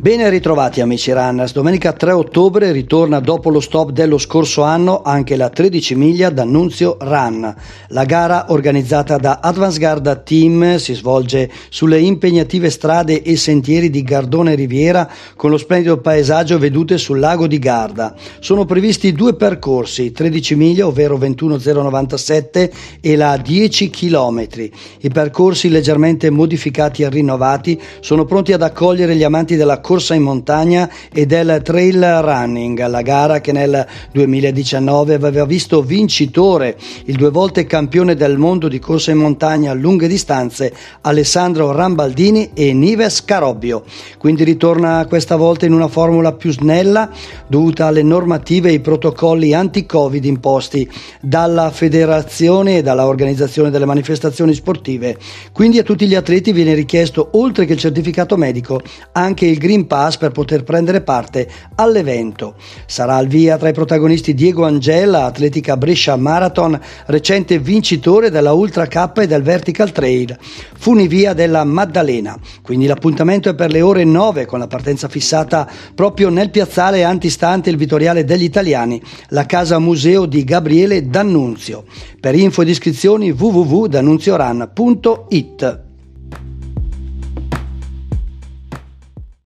Ben ritrovati amici runners, domenica 3 ottobre ritorna dopo lo stop dello scorso anno anche la 13 miglia d'Annunzio Run. La gara organizzata da Advance Garda Team si svolge sulle impegnative strade e sentieri di Gardone Riviera con lo splendido paesaggio vedute sul lago di Garda. Sono previsti due percorsi, 13 miglia ovvero 21.097 e la 10 km. I percorsi leggermente modificati e rinnovati sono pronti ad accogliere gli amanti della corsa in montagna e del trail running, la gara che nel 2019 aveva visto vincitore il due volte campione del mondo di corsa in montagna a lunghe distanze Alessandro Rambaldini e Nives Carobbio. Quindi ritorna questa volta in una formula più snella dovuta alle normative e ai protocolli anti-Covid imposti dalla federazione e dalla organizzazione delle manifestazioni sportive. Quindi a tutti gli atleti viene richiesto, oltre che il certificato medico, anche il Green Pass per poter prendere parte all'evento. Sarà al via tra i protagonisti Diego Angela, Atletica Brescia Marathon, recente vincitore della Ultra K e del Vertical Trail, Funivia della Maddalena. Quindi l'appuntamento è per le ore 9 con la partenza fissata proprio nel piazzale antistante il Vittoriale degli Italiani, la casa museo di Gabriele D'Annunzio. Per info ed iscrizioni www.d'annunzioran.it.